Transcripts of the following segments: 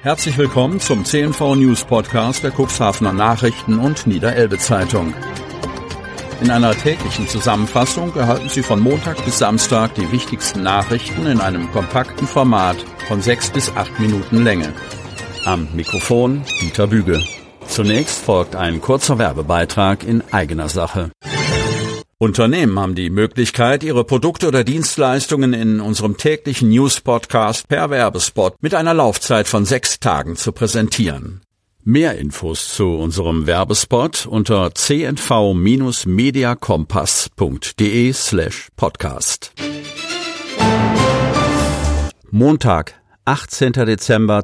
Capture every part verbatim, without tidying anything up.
Herzlich willkommen zum C N V News Podcast der Cuxhavener Nachrichten und Niederelbe Zeitung. In einer täglichen Zusammenfassung erhalten Sie von Montag bis Samstag die wichtigsten Nachrichten in einem kompakten Format von sechs bis acht Minuten Länge. Am Mikrofon Dieter Büge. Zunächst folgt ein kurzer Werbebeitrag in eigener Sache. Unternehmen haben die Möglichkeit, ihre Produkte oder Dienstleistungen in unserem täglichen News-Podcast per Werbespot mit einer Laufzeit von sechs Tagen zu präsentieren. Mehr Infos zu unserem Werbespot unter c n v Bindestrich mediakompass punkt de slash podcast. Montag, achtzehnter Dezember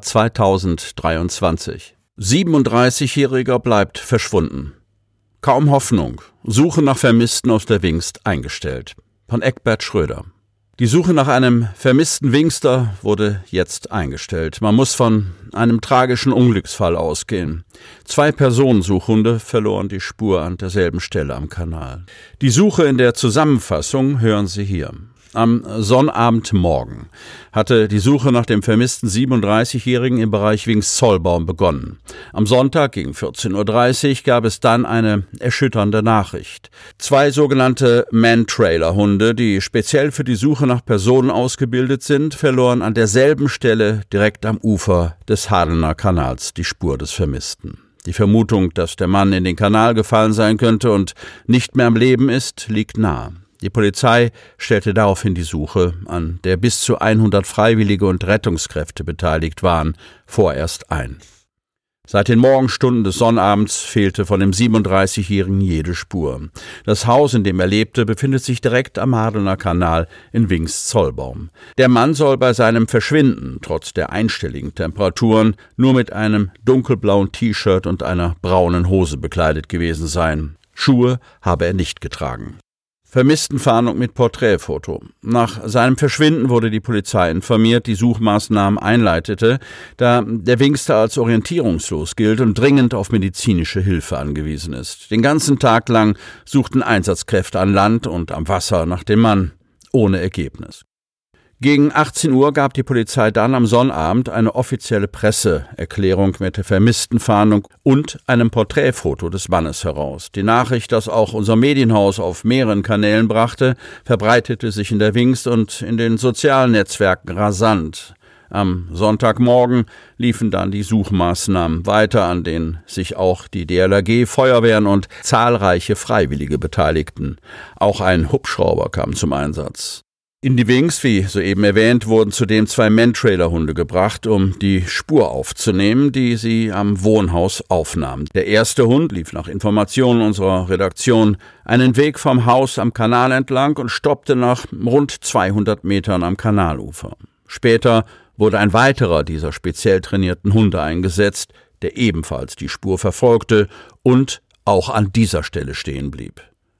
zweitausenddreiundzwanzig. siebenunddreißigjähriger bleibt verschwunden. Kaum Hoffnung. Suche nach Vermissten aus der Wingst eingestellt. Von Eckbert Schröder. Die Suche nach einem vermissten Wingster wurde jetzt eingestellt. Man muss von einem tragischen Unglücksfall ausgehen. Zwei Personensuchhunde verloren die Spur an derselben Stelle am Kanal. Die Suche in der Zusammenfassung hören Sie hier. Am Sonnabendmorgen hatte die Suche nach dem vermissten siebenunddreißigjährigen im Bereich Wingst-Zollbaum begonnen. Am Sonntag gegen vierzehn Uhr dreißig gab es dann eine erschütternde Nachricht. Zwei sogenannte Man-Trailer-Hunde, die speziell für die Suche nach Personen ausgebildet sind, verloren an derselben Stelle direkt am Ufer des Hadener Kanals die Spur des Vermissten. Die Vermutung, dass der Mann in den Kanal gefallen sein könnte und nicht mehr am Leben ist, liegt nahe. Die Polizei stellte daraufhin die Suche, an der bis zu hundert Freiwillige und Rettungskräfte beteiligt waren, vorerst ein. Seit den Morgenstunden des Sonnabends fehlte von dem siebenunddreißigjährigen jede Spur. Das Haus, in dem er lebte, befindet sich direkt am Hadener Kanal in Wingst-Zollbaum. Der Mann soll bei seinem Verschwinden, trotz der einstelligen Temperaturen, nur mit einem dunkelblauen T-Shirt und einer braunen Hose bekleidet gewesen sein. Schuhe habe er nicht getragen. Vermisstenfahndung mit Porträtfoto. Nach seinem Verschwinden wurde die Polizei informiert, die Suchmaßnahmen einleitete, da der Wingster als orientierungslos gilt und dringend auf medizinische Hilfe angewiesen ist. Den ganzen Tag lang suchten Einsatzkräfte an Land und am Wasser nach dem Mann, ohne Ergebnis. Gegen achtzehn Uhr gab die Polizei dann am Sonnabend eine offizielle Presseerklärung mit der Vermisstenfahndung und einem Porträtfoto des Mannes heraus. Die Nachricht, das auch unser Medienhaus auf mehreren Kanälen brachte, verbreitete sich in der Wingst und in den sozialen Netzwerken rasant. Am Sonntagmorgen liefen dann die Suchmaßnahmen weiter, an denen sich auch die D L R G, Feuerwehren und zahlreiche Freiwillige beteiligten. Auch ein Hubschrauber kam zum Einsatz. In die Wingst, wie soeben erwähnt, wurden zudem zwei Man-Trailer-Hunde gebracht, um die Spur aufzunehmen, die sie am Wohnhaus aufnahmen. Der erste Hund lief nach Informationen unserer Redaktion einen Weg vom Haus am Kanal entlang und stoppte nach rund zweihundert Metern am Kanalufer. Später wurde ein weiterer dieser speziell trainierten Hunde eingesetzt, der ebenfalls die Spur verfolgte und auch an dieser Stelle stehen blieb.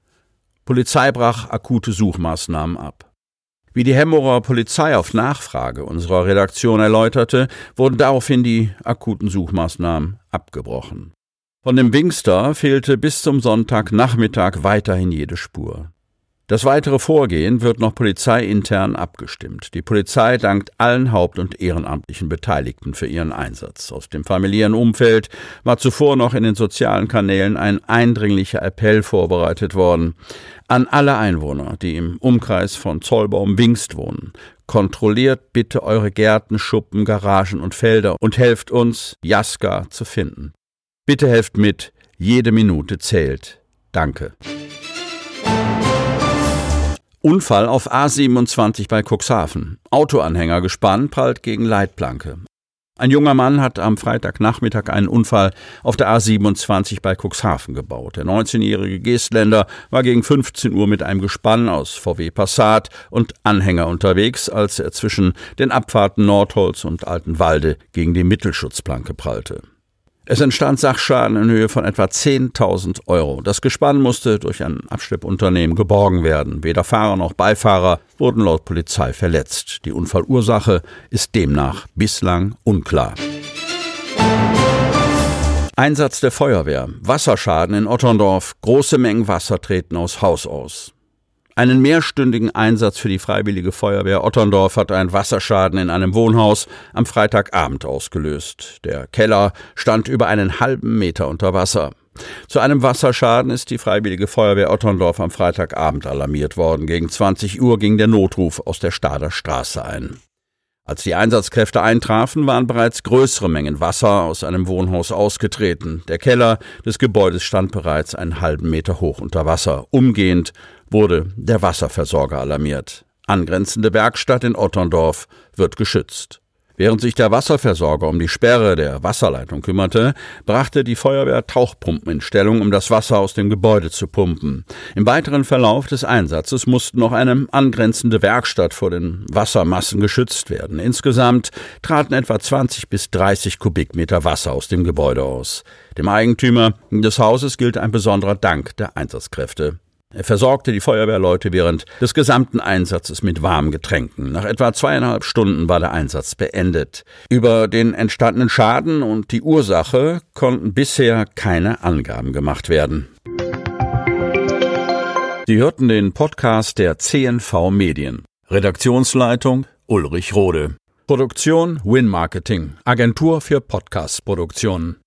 Polizei brach akute Suchmaßnahmen ab. Wie die Hemmerer Polizei auf Nachfrage unserer Redaktion erläuterte, wurden daraufhin die akuten Suchmaßnahmen abgebrochen. Von dem Wingster fehlte bis zum Sonntagnachmittag weiterhin jede Spur. Das weitere Vorgehen wird noch polizeiintern abgestimmt. Die Polizei dankt allen haupt- und ehrenamtlichen Beteiligten für ihren Einsatz. Aus dem familiären Umfeld war zuvor noch in den sozialen Kanälen ein eindringlicher Appell vorbereitet worden. An alle Einwohner, die im Umkreis von Zollbaum-Wingst wohnen: Kontrolliert bitte eure Gärten, Schuppen, Garagen und Felder und helft uns, Jaska zu finden. Bitte helft mit, jede Minute zählt. Danke. Unfall auf A siebenundzwanzig bei Cuxhaven. Autoanhänger gespannt, prallt gegen Leitplanke. Ein junger Mann hat am Freitagnachmittag einen Unfall auf der A siebenundzwanzig bei Cuxhaven gebaut. Der neunzehnjährige Geestländer war gegen fünfzehn Uhr mit einem Gespann aus V W Passat und Anhänger unterwegs, als er zwischen den Abfahrten Nordholz und Altenwalde gegen die Mittelschutzplanke prallte. Es entstand Sachschaden in Höhe von etwa zehntausend Euro. Das Gespann musste durch ein Abschleppunternehmen geborgen werden. Weder Fahrer noch Beifahrer wurden laut Polizei verletzt. Die Unfallursache ist demnach bislang unklar. Einsatz der Feuerwehr. Wasserschaden in Otterndorf. Große Mengen Wasser treten aus Haus aus. Einen mehrstündigen Einsatz für die Freiwillige Feuerwehr Otterndorf hat ein Wasserschaden in einem Wohnhaus am Freitagabend ausgelöst. Der Keller stand über einen halben Meter unter Wasser. Zu einem Wasserschaden ist die Freiwillige Feuerwehr Otterndorf am Freitagabend alarmiert worden. Gegen zwanzig Uhr ging der Notruf aus der Stader Straße ein. Als die Einsatzkräfte eintrafen, waren bereits größere Mengen Wasser aus einem Wohnhaus ausgetreten. Der Keller des Gebäudes stand bereits einen halben Meter hoch unter Wasser. Umgehend wurde der Wasserversorger alarmiert. Angrenzende Werkstatt in Otterndorf wird geschützt. Während sich der Wasserversorger um die Sperre der Wasserleitung kümmerte, brachte die Feuerwehr Tauchpumpen in Stellung, um das Wasser aus dem Gebäude zu pumpen. Im weiteren Verlauf des Einsatzes mussten noch eine angrenzende Werkstatt vor den Wassermassen geschützt werden. Insgesamt traten etwa zwanzig bis dreißig Kubikmeter Wasser aus dem Gebäude aus. Dem Eigentümer des Hauses gilt ein besonderer Dank der Einsatzkräfte. Er versorgte die Feuerwehrleute während des gesamten Einsatzes mit warmen Getränken. Nach etwa zweieinhalb Stunden war der Einsatz beendet. Über den entstandenen Schaden und die Ursache konnten bisher keine Angaben gemacht werden. Sie hörten den Podcast der C N V Medien. Redaktionsleitung Ulrich Rode. Produktion Win Marketing, Agentur für Podcast-Produktionen.